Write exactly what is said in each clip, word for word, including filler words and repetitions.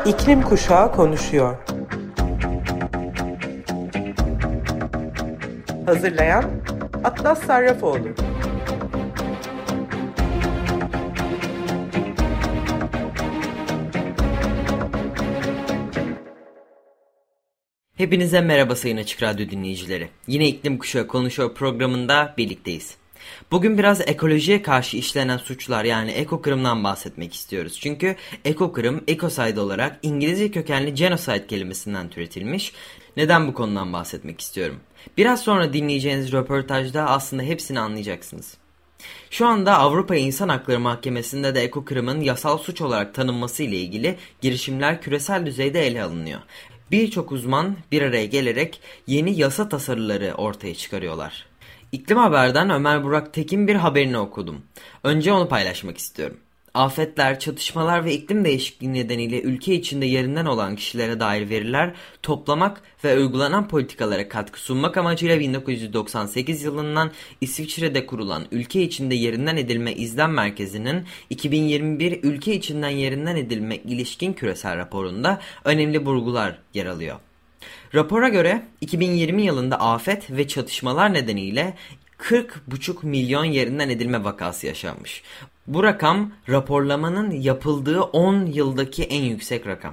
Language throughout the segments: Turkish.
İklim Kuşağı konuşuyor. Hazırlayan Atlas Sarrafoğlu. Hepinize merhaba sayın Açık Radyo dinleyicileri. Yine İklim Kuşağı konuşuyor programında birlikteyiz. Bugün biraz ekolojiye karşı işlenen suçlar yani ekokırımdan bahsetmek istiyoruz. Çünkü ekokırım, ecocide olarak İngilizce kökenli genocide kelimesinden türetilmiş. Neden bu konudan bahsetmek istiyorum? Biraz sonra dinleyeceğiniz röportajda aslında hepsini anlayacaksınız. Şu anda Avrupa İnsan Hakları Mahkemesi'nde de ekokırımın yasal suç olarak tanınması ile ilgili girişimler küresel düzeyde ele alınıyor. Birçok uzman bir araya gelerek yeni yasa tasarıları ortaya çıkarıyorlar. İklim Haber'den Ömer Burak Tekin bir haberini okudum. Önce onu paylaşmak istiyorum. Afetler, çatışmalar ve iklim değişikliği nedeniyle ülke içinde yerinden olan kişilere dair veriler toplamak ve uygulanan politikalara katkı sunmak amacıyla bin dokuz yüz doksan sekiz yılından İsviçre'de kurulan Ülke İçinde Yerinden Edilme İzlem Merkezi'nin iki bin yirmi bir Ülke İçinden Yerinden Edilme ilişkin küresel raporunda önemli vurgular yer alıyor. Rapora göre iki bin yirmi yılında afet ve çatışmalar nedeniyle kırk buçuk milyon yerinden edilme vakası yaşanmış. Bu rakam raporlamanın yapıldığı on yıldaki en yüksek rakam.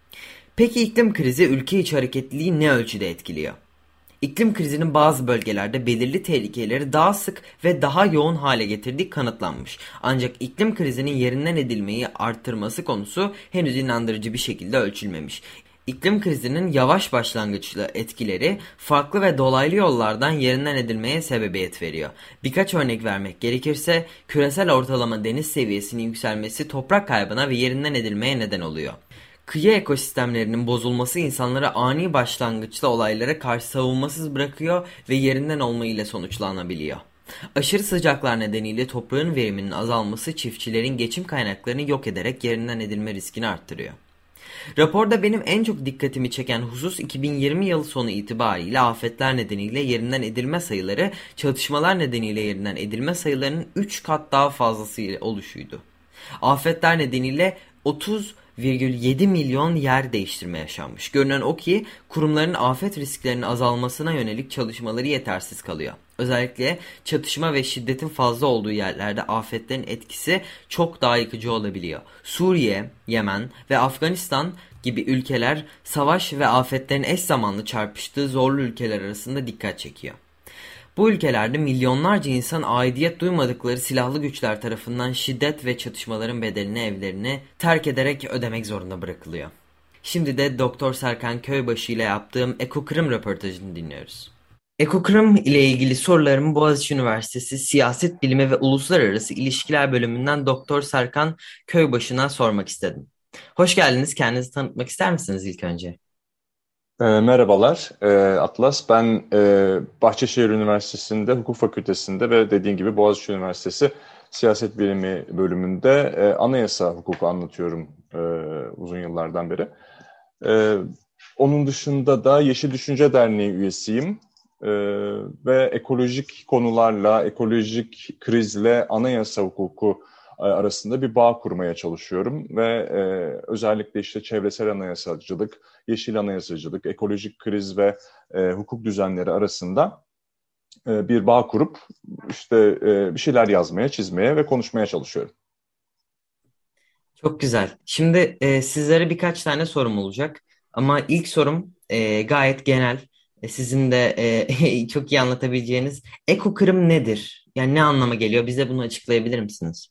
Peki iklim krizi ülke içi hareketliliği ne ölçüde etkiliyor? İklim krizinin bazı bölgelerde belirli tehlikeleri daha sık ve daha yoğun hale getirdiği kanıtlanmış. Ancak iklim krizinin yerinden edilmeyi arttırması konusu henüz inandırıcı bir şekilde ölçülmemiş. İklim krizinin yavaş başlangıçlı etkileri farklı ve dolaylı yollardan yerinden edilmeye sebebiyet veriyor. Birkaç örnek vermek gerekirse küresel ortalama deniz seviyesinin yükselmesi toprak kaybına ve yerinden edilmeye neden oluyor. Kıyı ekosistemlerinin bozulması insanları ani başlangıçlı olaylara karşı savunmasız bırakıyor ve yerinden olma ile sonuçlanabiliyor. Aşırı sıcaklar nedeniyle toprağın veriminin azalması çiftçilerin geçim kaynaklarını yok ederek yerinden edilme riskini arttırıyor. Raporda benim en çok dikkatimi çeken husus iki bin yirmi yılı sonu itibariyle afetler nedeniyle yerinden edilme sayıları çatışmalar nedeniyle yerinden edilme sayılarının üç kat daha fazlası ile oluşuydu. Afetler nedeniyle otuz virgül yedi milyon yer değiştirme yaşanmış. Görünen o ki kurumların afet risklerinin azalmasına yönelik çalışmaları yetersiz kalıyor. Özellikle çatışma ve şiddetin fazla olduğu yerlerde afetlerin etkisi çok daha yıkıcı olabiliyor. Suriye, Yemen ve Afganistan gibi ülkeler savaş ve afetlerin eş zamanlı çarpıştığı zorlu ülkeler arasında dikkat çekiyor. Bu ülkelerde milyonlarca insan aidiyet duymadıkları silahlı güçler tarafından şiddet ve çatışmaların bedelini evlerini terk ederek ödemek zorunda bırakılıyor. Şimdi de Doktor Serkan Köybaşı ile yaptığım ekokırım röportajını dinliyoruz. Ekokırım ile ilgili sorularımı Boğaziçi Üniversitesi Siyaset Bilimi ve Uluslararası İlişkiler Bölümünden Doktor Serkan Köybaşı'na sormak istedim. Hoş geldiniz. Kendinizi tanıtmak ister misiniz ilk önce? E, merhabalar e, Atlas. Ben e, Bahçeşehir Üniversitesi'nde Hukuk Fakültesi'nde ve dediğin gibi Boğaziçi Üniversitesi Siyaset Bilimi bölümünde e, anayasa hukuku anlatıyorum e, uzun yıllardan beri. E, onun dışında da Yeşil Düşünce Derneği üyesiyim e, ve ekolojik konularla, ekolojik krizle anayasa hukuku arasında bir bağ kurmaya çalışıyorum ve e, özellikle işte çevresel anayasacılık, yeşil anayasacılık, ekolojik kriz ve e, hukuk düzenleri arasında e, bir bağ kurup işte e, bir şeyler yazmaya, çizmeye ve konuşmaya çalışıyorum. Çok güzel. Şimdi e, sizlere birkaç tane sorum olacak ama ilk sorum e, gayet genel. E, sizin de e, çok iyi anlatabileceğiniz ekokırım nedir? Yani ne anlama geliyor? Bize bunu açıklayabilir misiniz?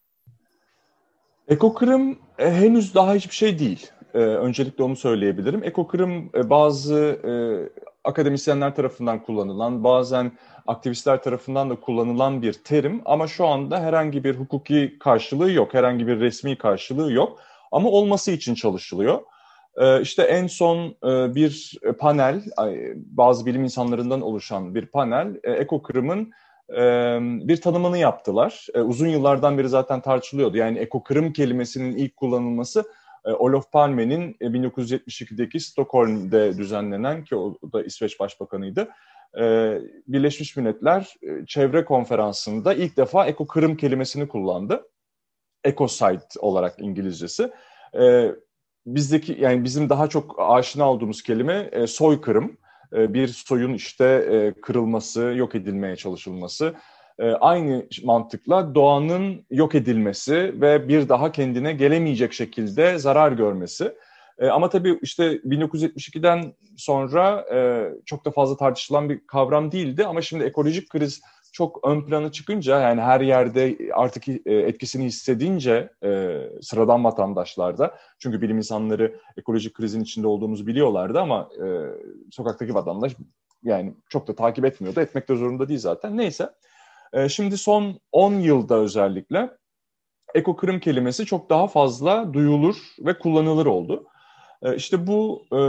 Ekokırım e, henüz daha hiçbir şey değil. E, öncelikle onu söyleyebilirim. Ekokırım e, bazı e, akademisyenler tarafından kullanılan, bazen aktivistler tarafından da kullanılan bir terim. Ama şu anda herhangi bir hukuki karşılığı yok, herhangi bir resmi karşılığı yok. Ama olması için çalışılıyor. E, işte en son e, bir panel, bazı bilim insanlarından oluşan bir panel, e, ekokırımın bir tanımını yaptılar. Uzun yıllardan beri zaten tartışılıyordu. Yani ekokırım kelimesinin ilk kullanılması Olof Palme'nin bin dokuz yüz yetmiş ikideki Stockholm'de düzenlenen, ki o da İsveç Başbakanıydı, Birleşmiş Milletler Çevre Konferansı'nda ilk defa ekokırım kelimesini kullandı. Ecocide olarak İngilizcesi. bizdeki yani bizim daha çok aşina olduğumuz kelime e, soykırım. E, bir soyun işte e, kırılması, yok edilmeye çalışılması. E, aynı mantıkla doğanın yok edilmesi ve bir daha kendine gelemeyecek şekilde zarar görmesi. E, ama tabii işte bin dokuz yüz yetmiş ikiden sonra e, çok da fazla tartışılan bir kavram değildi. Ama şimdi ekolojik kriz çok ön plana çıkınca, yani her yerde artık e, etkisini hissedince e, sıradan vatandaşlarda, çünkü bilim insanları ekolojik krizin içinde olduğumuzu biliyorlardı ama e, sokaktaki vatandaş yani çok da takip etmiyordu. Etmek de zorunda değil zaten. Neyse. E, şimdi son on yılda özellikle ekokırım kelimesi çok daha fazla duyulur ve kullanılır oldu. E, işte bu e,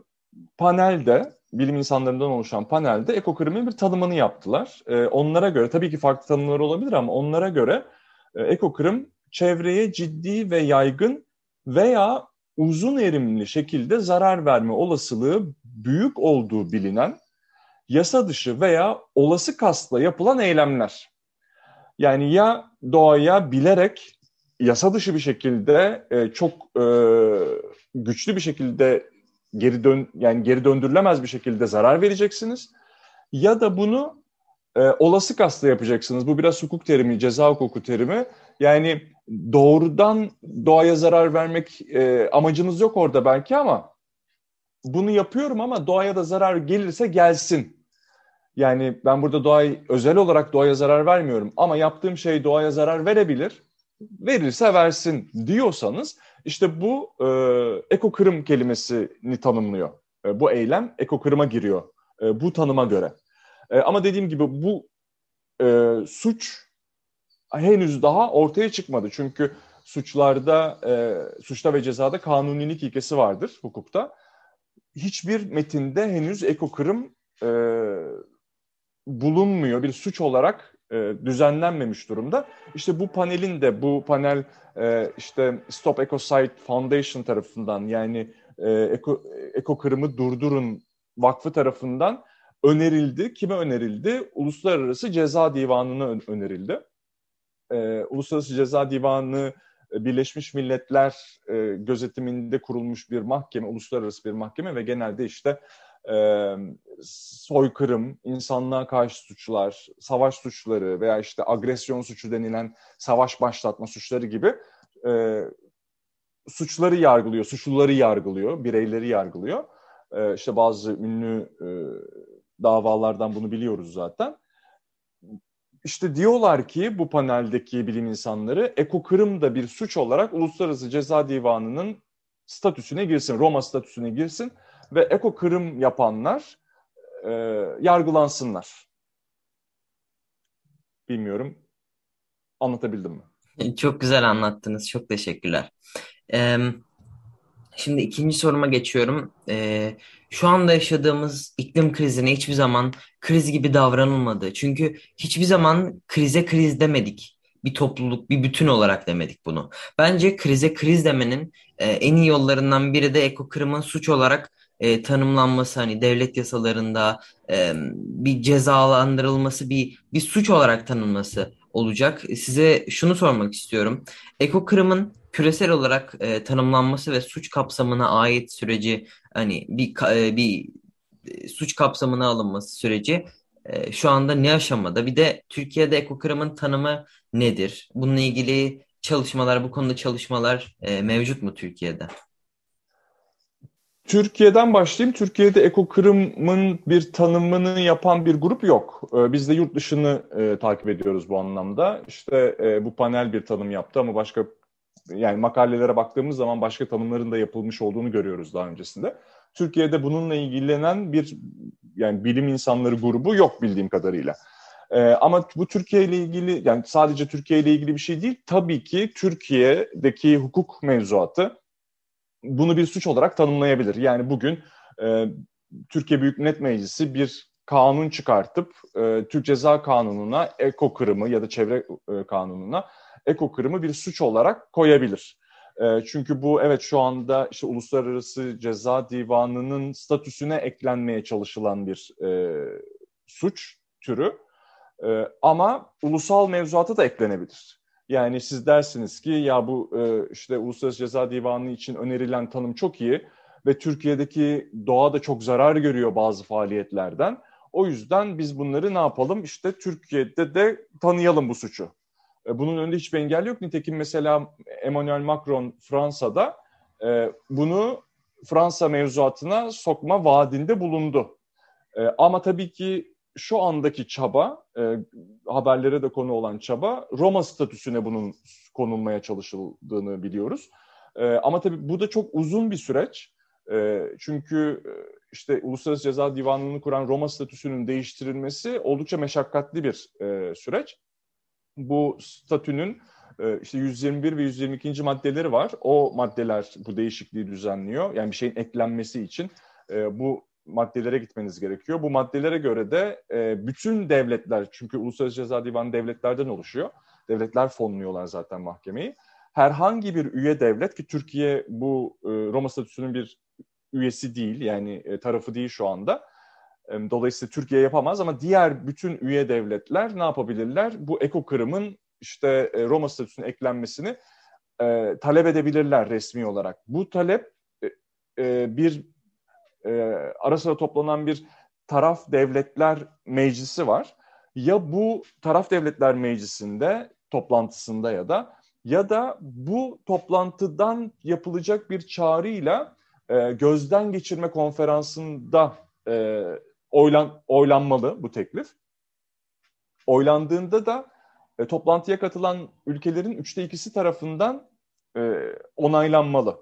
panelde, bilim insanlarından oluşan panelde ekokırımın bir tanımını yaptılar. E, onlara göre, tabii ki farklı tanımlar olabilir ama onlara göre e, ekokırım çevreye ciddi ve yaygın veya uzun erimli şekilde zarar verme olasılığı büyük olduğu bilinen yasa dışı veya olası kastla yapılan eylemler. Yani ya doğaya bilerek yasa dışı bir şekilde e, çok e, güçlü bir şekilde geri dön yani geri döndürülemez bir şekilde zarar vereceksiniz, ya da bunu e, olası kastla yapacaksınız. Bu biraz hukuk terimi, ceza hukuku terimi. Yani doğrudan doğaya zarar vermek e, amacınız yok orada belki, ama bunu yapıyorum ama doğaya da zarar gelirse gelsin. Yani ben burada doğaya, özel olarak doğaya zarar vermiyorum ama yaptığım şey doğaya zarar verebilir. Verirse versin diyorsanız işte bu e, ekokırım kelimesini tanımlıyor. E, bu eylem ekokırıma giriyor e, bu tanıma göre. E, ama dediğim gibi bu e, suç henüz daha ortaya çıkmadı. Çünkü suçlarda, e, suçta ve cezada kanunilik ilkesi vardır hukukta. Hiçbir metinde henüz ekokırım e, bulunmuyor, bir suç olarak e, düzenlenmemiş durumda. İşte bu panelin de, bu panel e, işte Stop Ecocide Foundation tarafından, yani e, Eko, Ekokırımı Durdurun Vakfı tarafından önerildi. Kime önerildi? Uluslararası Ceza Divanı'na önerildi. E, Uluslararası Ceza Divanı Birleşmiş Milletler e, gözetiminde kurulmuş bir mahkeme, uluslararası bir mahkeme ve genelde işte e, soykırım, insanlığa karşı suçlar, savaş suçları veya işte agresyon suçu denilen savaş başlatma suçları gibi e, suçları yargılıyor, suçluları yargılıyor, bireyleri yargılıyor. E, işte bazı ünlü e, davalardan bunu biliyoruz zaten. İşte diyorlar ki bu paneldeki bilim insanları, ekokırım da bir suç olarak Uluslararası Ceza Divanı'nın statüsüne girsin, Roma statüsüne girsin ve ekokırım yapanlar e, yargılansınlar. Bilmiyorum, anlatabildim mi? Çok güzel anlattınız. Çok teşekkürler. Ee, Şimdi ikinci soruma geçiyorum. Ee, şu anda yaşadığımız iklim krizine hiçbir zaman kriz gibi davranılmadı. Çünkü hiçbir zaman krize kriz demedik. Bir topluluk, bir bütün olarak demedik bunu. Bence krize kriz demenin e, en iyi yollarından biri de ekokırımın suç olarak e, tanımlanması, hani devlet yasalarında e, bir cezalandırılması, bir bir suç olarak tanınması olacak. Size şunu sormak istiyorum. Ekokırımın küresel olarak e, tanımlanması ve suç kapsamına ait süreci, hani bir ka- e, bir e, suç kapsamına alınması süreci e, şu anda ne aşamada? Bir de Türkiye'de ekokırımın tanımı nedir? Bununla ilgili çalışmalar, bu konuda çalışmalar e, mevcut mu Türkiye'de? Türkiye'den başlayayım. Türkiye'de ekokırımın bir tanımını yapan bir grup yok. Ee, Biz de yurt dışını e, takip ediyoruz bu anlamda. İşte e, bu panel bir tanım yaptı ama başka, yani makalelere baktığımız zaman başka tanımların da yapılmış olduğunu görüyoruz daha öncesinde. Türkiye'de bununla ilgilenen bir, yani bilim insanları grubu yok bildiğim kadarıyla. Ee, ama bu Türkiye ile ilgili, yani sadece Türkiye ile ilgili bir şey değil. Tabii ki Türkiye'deki hukuk mevzuatı bunu bir suç olarak tanımlayabilir. Yani bugün e, Türkiye Büyük Millet Meclisi bir kanun çıkartıp e, Türk Ceza Kanunu'na ekokırımı ya da çevre e, kanununa ekokırımı bir suç olarak koyabilir. E, çünkü bu, evet, şu anda işte Uluslararası Ceza Divanı'nın statüsüne eklenmeye çalışılan bir e, suç türü. E, ama ulusal mevzuata da eklenebilir. Yani siz dersiniz ki ya bu e, işte Uluslararası Ceza Divanı için önerilen tanım çok iyi ve Türkiye'deki doğa da çok zarar görüyor bazı faaliyetlerden. O yüzden biz bunları ne yapalım? İşte Türkiye'de de tanıyalım bu suçu. E, bunun önünde hiçbir engel yok. Nitekim mesela Emmanuel Macron Fransa'da e, bunu Fransa mevzuatına sokma vaadinde bulundu. E, ama tabii ki şu andaki çaba, e, haberlere de konu olan çaba, Roma statüsüne bunun konulmaya çalışıldığını biliyoruz. E, ama tabii bu da çok uzun bir süreç. E, çünkü e, işte Uluslararası Ceza Divanı'nı kuran Roma statüsünün değiştirilmesi oldukça meşakkatli bir e, süreç. Bu statünün e, işte yüz yirmi bir ve yüz yirmi ikinci maddeleri var. O maddeler bu değişikliği düzenliyor. Yani bir şeyin eklenmesi için e, bu maddelere gitmeniz gerekiyor. Bu maddelere göre de e, bütün devletler, çünkü Uluslararası Ceza Divanı devletlerden oluşuyor. Devletler fonluyorlar zaten mahkemeyi. Herhangi bir üye devlet, ki Türkiye bu e, Roma statüsünün bir üyesi değil, yani e, tarafı değil şu anda. E, dolayısıyla Türkiye yapamaz ama diğer bütün üye devletler ne yapabilirler? Bu ekokırımın işte e, Roma statüsüne eklenmesini e, talep edebilirler resmi olarak. Bu talep e, e, bir e, ara sıra toplanan bir taraf devletler meclisi var. Ya bu taraf devletler meclisinde, toplantısında ya da ya da bu toplantıdan yapılacak bir çağrıyla e, gözden geçirme konferansında e, oylan, oylanmalı bu teklif. Oylandığında da e, toplantıya katılan ülkelerin üçte ikisi tarafından e, onaylanmalı.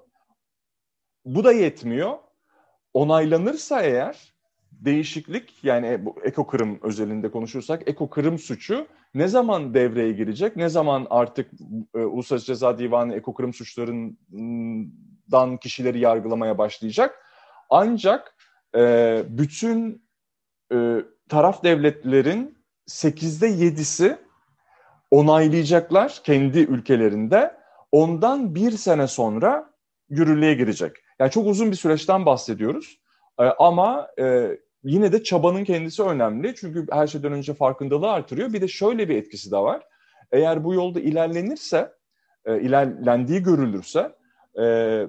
Bu da yetmiyor. Onaylanırsa eğer değişiklik, yani bu ekokırım özelinde konuşursak, ekokırım suçu ne zaman devreye girecek? Ne zaman artık e, Uluslararası Ceza Divanı ekokırım suçlarından kişileri yargılamaya başlayacak? Ancak e, bütün e, taraf devletlerin sekizde yedisi onaylayacaklar kendi ülkelerinde. Ondan bir sene sonra yürürlüğe girecek. Yani çok uzun bir süreçten bahsediyoruz. Ee, ama e, yine de çabanın kendisi önemli. Çünkü her şeyden önce farkındalığı artırıyor. Bir de şöyle bir etkisi de var. Eğer bu yolda ilerlenirse, e, ilerlendiği görülürse, e,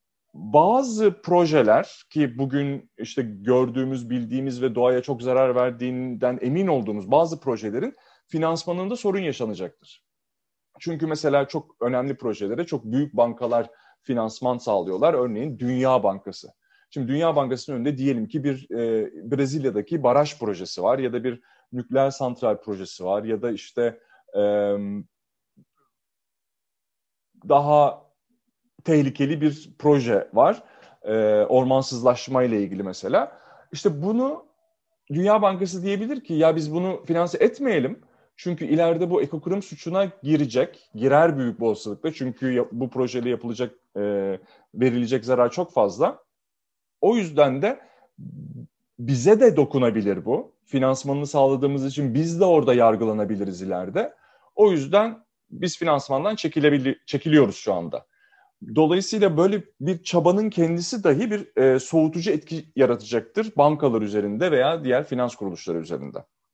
bazı projeler ki bugün işte gördüğümüz, bildiğimiz ve doğaya çok zarar verdiğinden emin olduğumuz bazı projelerin finansmanında sorun yaşanacaktır. Çünkü mesela çok önemli projelere çok büyük bankalar finansman sağlıyorlar. Örneğin Dünya Bankası. Şimdi Dünya Bankası'nın önünde diyelim ki bir e, Brezilya'daki baraj projesi var ya da bir nükleer santral projesi var ya da işte e, daha tehlikeli bir proje var. E, ormansızlaşma ile ilgili mesela. İşte bunu Dünya Bankası diyebilir ki ya biz bunu finanse etmeyelim. Çünkü ileride bu ekokırım suçuna girecek, girer büyük bir olasılıkla. Çünkü bu projeyle yapılacak, e, verilecek zarar çok fazla. O yüzden de bize de dokunabilir bu. Finansmanını sağladığımız için biz de orada yargılanabiliriz ileride. O yüzden biz finansmandan çekiliyoruz şu anda. Dolayısıyla böyle bir çabanın kendisi dahi bir e, soğutucu etki yaratacaktır bankalar üzerinde veya diğer finans kuruluşları üzerinde.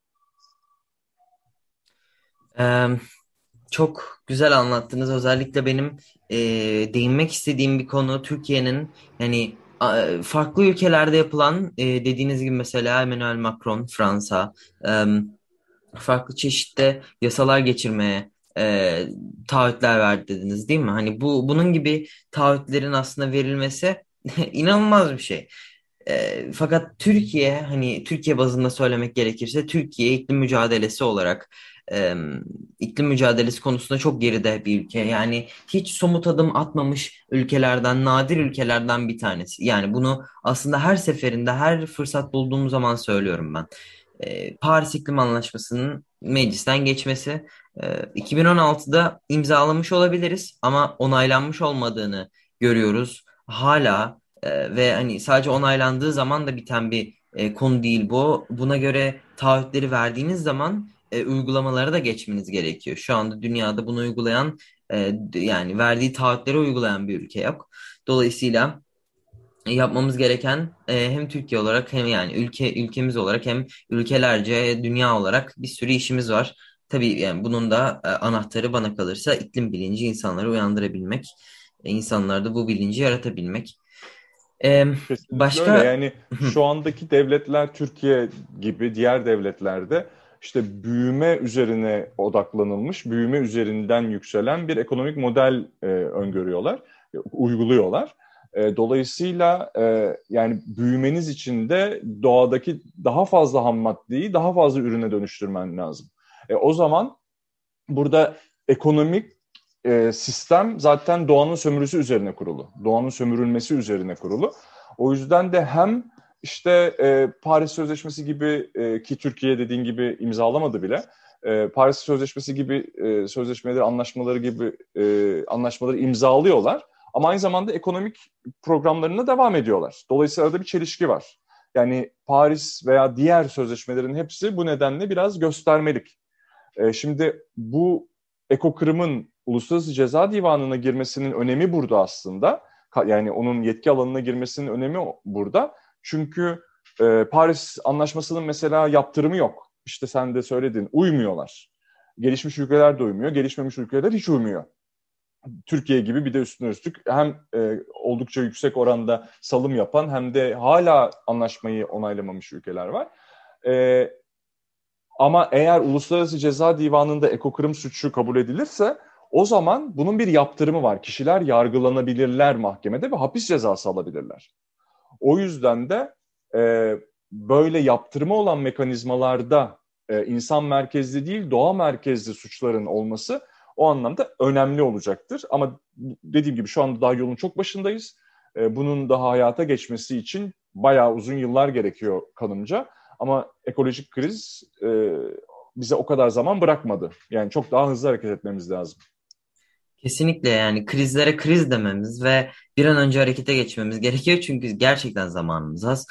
Ee, Çok güzel anlattınız. Özellikle benim e, değinmek istediğim bir konu Türkiye'nin yani a- farklı ülkelerde yapılan e, dediğiniz gibi mesela Emmanuel Macron Fransa e, farklı çeşitli yasalar geçirmeye e, taahhütler verdi dediniz değil mi? Hani bu bunun gibi taahhütlerin aslında verilmesi inanılmaz bir şey. E, fakat Türkiye hani Türkiye bazında söylemek gerekirse Türkiye iklim mücadelesi olarak e, iklim mücadelesi konusunda çok geride bir ülke. Yani hiç somut adım atmamış ülkelerden, nadir ülkelerden bir tanesi. Yani bunu aslında her seferinde, her fırsat bulduğum zaman söylüyorum ben. E, Paris İklim Anlaşması'nın meclisten geçmesi e, iki bin on altıda imzalamış olabiliriz ama onaylanmış olmadığını görüyoruz. Hala ee, ve hani sadece onaylandığı zaman da biten bir e, konu değil bu. Buna göre taahhütleri verdiğiniz zaman e, uygulamalara da geçmeniz gerekiyor. Şu anda dünyada bunu uygulayan e, d- yani verdiği taahhütleri uygulayan bir ülke yok. Dolayısıyla yapmamız gereken e, hem Türkiye olarak hem yani ülke ülkemiz olarak hem ülkelerce dünya olarak bir sürü işimiz var. Tabii yani bunun da e, anahtarı bana kalırsa iklim bilinci, insanları uyandırabilmek, e, insanlarda bu bilinci yaratabilmek. E, Kesinlikle öyle. başka Yani şu andaki devletler, Türkiye gibi diğer devletlerde işte büyüme üzerine odaklanılmış, büyüme üzerinden yükselen bir ekonomik model e, öngörüyorlar, e, uyguluyorlar. E, dolayısıyla e, yani büyümeniz için de doğadaki daha fazla ham maddeyi daha fazla ürüne dönüştürmen lazım. E, o zaman burada ekonomik e, sistem zaten doğanın sömürüsü üzerine kurulu. Doğanın sömürülmesi üzerine kurulu. O yüzden de hem işte e, Paris Sözleşmesi gibi e, ki Türkiye dediğin gibi imzalamadı bile. E, Paris Sözleşmesi gibi e, sözleşmeleri, anlaşmaları gibi e, anlaşmaları imzalıyorlar. Ama aynı zamanda ekonomik programlarına devam ediyorlar. Dolayısıyla arada bir çelişki var. Yani Paris veya diğer sözleşmelerin hepsi bu nedenle biraz göstermelik. E, şimdi bu ekokırımın Uluslararası Ceza Divanı'na girmesinin önemi burada aslında. Yani onun yetki alanına girmesinin önemi burada. Çünkü e, Paris Anlaşması'nın mesela yaptırımı yok. İşte sen de söyledin, uymuyorlar. Gelişmiş ülkeler de uymuyor, gelişmemiş ülkeler hiç uymuyor. Türkiye gibi bir de üstüne üstlük hem e, oldukça yüksek oranda salım yapan hem de hala anlaşmayı onaylamamış ülkeler var. E, Ama eğer Uluslararası Ceza Divanı'nda ekokırım suçu kabul edilirse o zaman bunun bir yaptırımı var. Kişiler yargılanabilirler mahkemede ve hapis cezası alabilirler. O yüzden de e, böyle yaptırımı olan mekanizmalarda e, insan merkezli değil doğa merkezli suçların olması o anlamda önemli olacaktır. Ama dediğim gibi şu anda daha yolun çok başındayız. E, bunun daha hayata geçmesi için bayağı uzun yıllar gerekiyor kanımca. Ama ekolojik kriz e, bize o kadar zaman bırakmadı. Yani çok daha hızlı hareket etmemiz lazım. kesinlikle yani krizlere kriz dememiz ve bir an önce harekete geçmemiz gerekiyor çünkü gerçekten zamanımız az.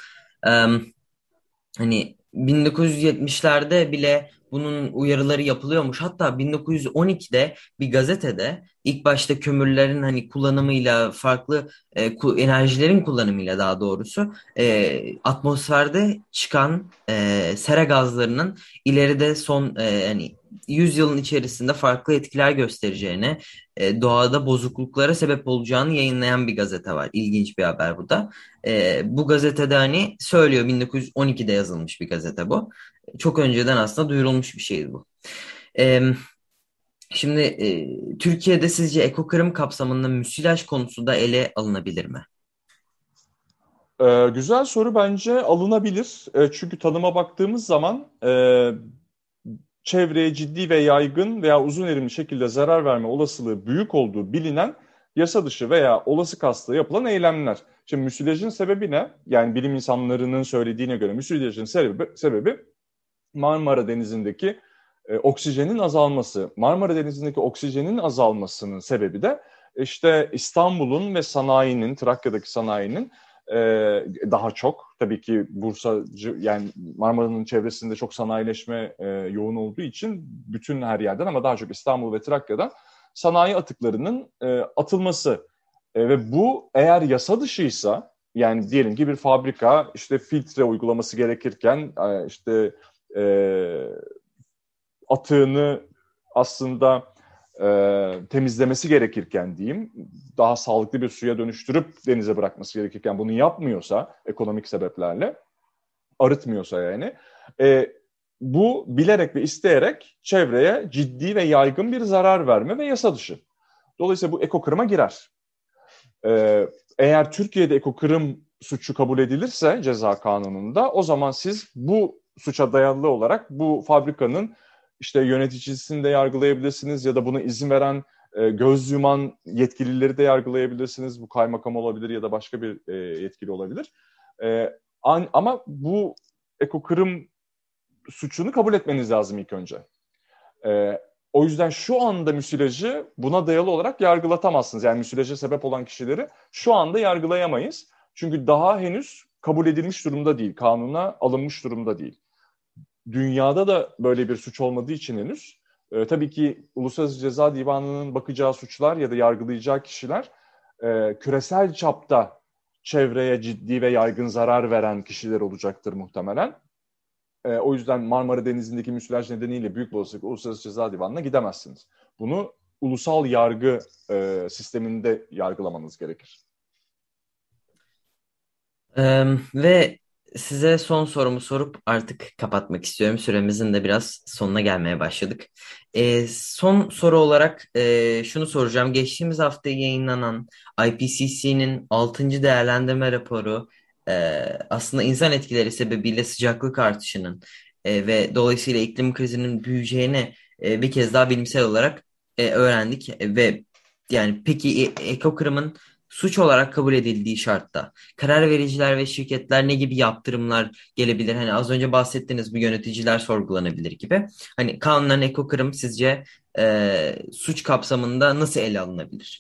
Hani bin dokuz yüz yetmişlerde bile bunun uyarıları yapılıyormuş. Hatta bin dokuz yüz on ikide bir gazetede ilk başta kömürlerin hani kullanımıyla farklı e, ku- enerjilerin kullanımıyla daha doğrusu e, atmosferde çıkan e, sera gazlarının ileride son e, yani yüz yılın içerisinde farklı etkiler göstereceğine, e, doğada bozukluklara sebep olacağını yayınlayan bir gazete var. İlginç bir haber bu da. E, bu gazetede hani söylüyor bin dokuz yüz on ikide yazılmış bir gazete bu. Çok önceden aslında duyurulmuş bir şeydi bu. E, şimdi e, Türkiye'de sizce ekokırım kapsamında müsilaj konusu da ele alınabilir mi? Ee, güzel soru bence alınabilir. E, çünkü tanıma baktığımız zaman e, çevreye ciddi ve yaygın veya uzun erimli şekilde zarar verme olasılığı büyük olduğu bilinen yasa dışı veya olası kastla yapılan eylemler. Şimdi müsilajın sebebi ne? Yani bilim insanlarının söylediğine göre müsilajın sebebi, sebebi Marmara Denizi'ndeki e, oksijenin azalması. Marmara Denizi'ndeki oksijenin azalmasının sebebi de işte İstanbul'un ve sanayinin, Trakya'daki sanayinin e, daha çok tabii ki Bursa yani Marmara'nın çevresinde çok sanayileşme e, yoğun olduğu için bütün her yerden ama daha çok İstanbul ve Trakya'dan sanayi atıklarının e, atılması e, ve bu eğer yasa dışıysa yani diyelim ki bir fabrika işte filtre uygulaması gerekirken e, işte e, atığını aslında e, temizlemesi gerekirken diyeyim, daha sağlıklı bir suya dönüştürüp denize bırakması gerekirken bunu yapmıyorsa ekonomik sebeplerle, arıtmıyorsa yani, e, bu bilerek ve isteyerek çevreye ciddi ve yaygın bir zarar verme ve yasa dışı. Dolayısıyla bu ekokırıma girer. E, eğer Türkiye'de ekokırım suçu kabul edilirse ceza kanununda o zaman siz bu suça dayalı olarak bu fabrikanın işte yöneticisini de yargılayabilirsiniz ya da buna izin veren e, göz yuman yetkilileri de yargılayabilirsiniz. Bu kaymakam olabilir ya da başka bir e, yetkili olabilir. E, an, ama bu ekokırım suçunu kabul etmeniz lazım ilk önce. E, o yüzden şu anda müsilajı buna dayalı olarak yargılatamazsınız. Yani müsilaja sebep olan kişileri şu anda yargılayamayız. Çünkü daha henüz kabul edilmiş durumda değil, kanuna alınmış durumda değil. Dünyada da böyle bir suç olmadığı için henüz e, tabii ki Uluslararası Ceza Divanı'nın bakacağı suçlar ya da yargılayacağı kişiler e, küresel çapta çevreye ciddi ve yaygın zarar veren kişiler olacaktır muhtemelen. E, o yüzden Marmara Denizi'ndeki müsilaj nedeniyle büyük olasılıkla Uluslararası Ceza Divanı'na gidemezsiniz. Bunu ulusal yargı e, sisteminde yargılamanız gerekir. Ee, ve size son sorumu sorup artık kapatmak istiyorum. Süremizin de biraz sonuna gelmeye başladık. Ee, son soru olarak e, şunu soracağım. Geçtiğimiz hafta yayınlanan I P C C'nin altıncı değerlendirme raporu e, aslında insan etkileri sebebiyle sıcaklık artışının e, ve dolayısıyla iklim krizinin büyüyeceğini e, bir kez daha bilimsel olarak e, öğrendik. E, ve yani peki e- ekokırımın suç olarak kabul edildiği şartta karar vericiler ve şirketler ne gibi yaptırımlar gelebilir? Hani az önce bahsettiniz, bu yöneticiler sorgulanabilir gibi. Hani kanunen ekokırım sizce e, suç kapsamında nasıl ele alınabilir?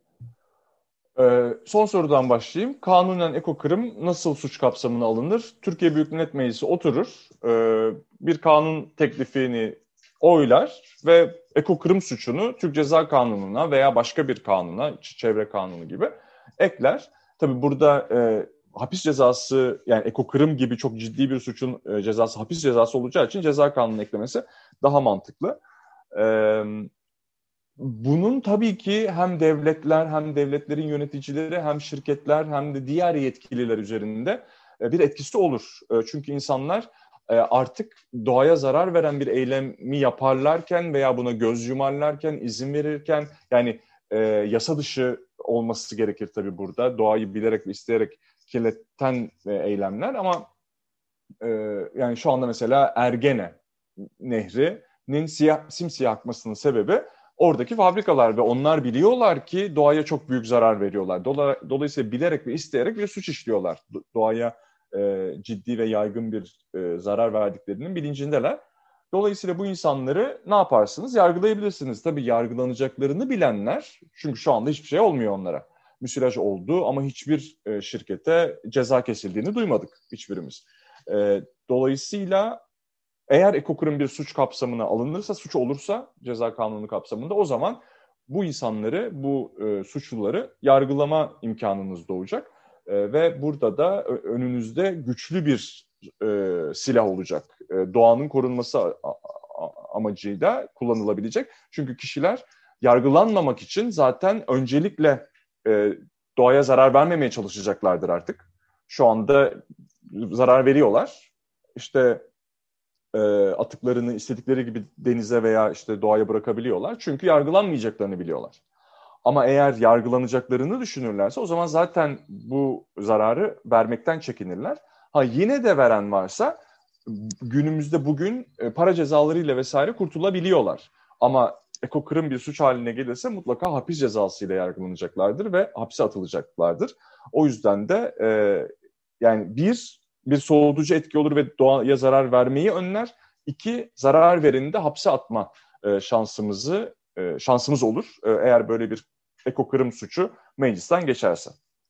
Ee, son sorudan başlayayım. Kanunen ekokırım nasıl suç kapsamına alınır? Türkiye Büyük Millet Meclisi oturur, e, bir kanun teklifini oylar ve ekokırım suçunu Türk Ceza Kanunu'na veya başka bir kanuna, çevre kanunu gibi ekler. Tabii burada e, hapis cezası, yani ekokırım gibi çok ciddi bir suçun e, cezası hapis cezası olacağı için ceza kanununa eklemesi daha mantıklı. Evet. Bunun tabii ki hem devletler, hem devletlerin yöneticileri, hem şirketler, hem de diğer yetkililer üzerinde bir etkisi olur. Çünkü insanlar artık doğaya zarar veren bir eylemi yaparlarken veya buna göz yumarlarken, izin verirken, yani yasa dışı olması gerekir tabii burada. Doğayı bilerek ve isteyerek kirleten eylemler, ama yani şu anda mesela Ergene Nehri'nin siyah, simsiyah akmasının sebebi oradaki fabrikalar ve onlar biliyorlar ki doğaya çok büyük zarar veriyorlar. Dolayısıyla bilerek ve isteyerek bir suç işliyorlar. Doğaya e, ciddi ve yaygın bir e, zarar verdiklerinin bilincindeler. Dolayısıyla bu insanları ne yaparsınız? Yargılayabilirsiniz. Tabii yargılanacaklarını bilenler, çünkü şu anda hiçbir şey olmuyor onlara. Müsilaj oldu ama hiçbir e, şirkete ceza kesildiğini duymadık hiçbirimiz. E, dolayısıyla eğer ekokırım bir suç kapsamına alınırsa, suç olursa ceza kanunu kapsamında, o zaman bu insanları, bu e, suçluları yargılama imkanınız doğacak. E, ve burada da önünüzde güçlü bir e, silah olacak. E, doğanın korunması a- a- amacıyla kullanılabilecek. Çünkü kişiler yargılanmamak için zaten öncelikle e, doğaya zarar vermemeye çalışacaklardır artık. Şu anda zarar veriyorlar. İşte atıklarını istedikleri gibi denize veya işte doğaya bırakabiliyorlar. Çünkü yargılanmayacaklarını biliyorlar. Ama eğer yargılanacaklarını düşünürlerse o zaman zaten bu zararı vermekten çekinirler. Ha, yine de veren varsa günümüzde bugün para cezalarıyla vesaire kurtulabiliyorlar. Ama ekokırım bir suç haline gelirse mutlaka hapis cezasıyla yargılanacaklardır ve hapse atılacaklardır. O yüzden de e, yani bir bir soğutucu etki olur ve doğaya zarar vermeyi önler. İki, zarar vereni de hapse atma e, şansımızı e, şansımız olur. E, eğer böyle bir ekokırım suçu meclisten geçerse.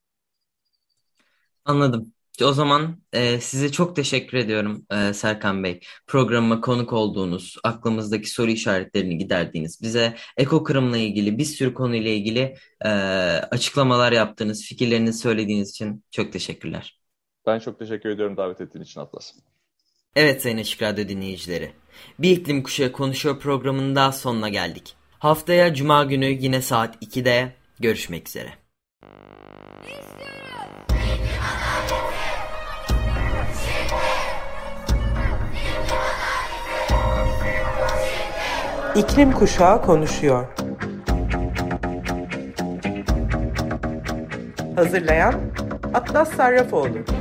Anladım. O zaman e, size çok teşekkür ediyorum e, Serkan Bey. Programıma konuk olduğunuz, aklımızdaki soru işaretlerini giderdiğiniz, bize ekokırımla ilgili bir sürü konuyla ilgili e, açıklamalar yaptığınız, fikirlerinizi söylediğiniz için çok teşekkürler. Ben çok teşekkür ediyorum davet ettiğin için Atlas. Evet Sayın Açık Radyo dinleyicileri, Bir İklim Kuşağı Konuşuyor programının daha sonuna geldik. Haftaya Cuma günü yine saat ikide görüşmek üzere. İklim Kuşağı konuşuyor. Hazırlayan Atlas Sarrafoğlu.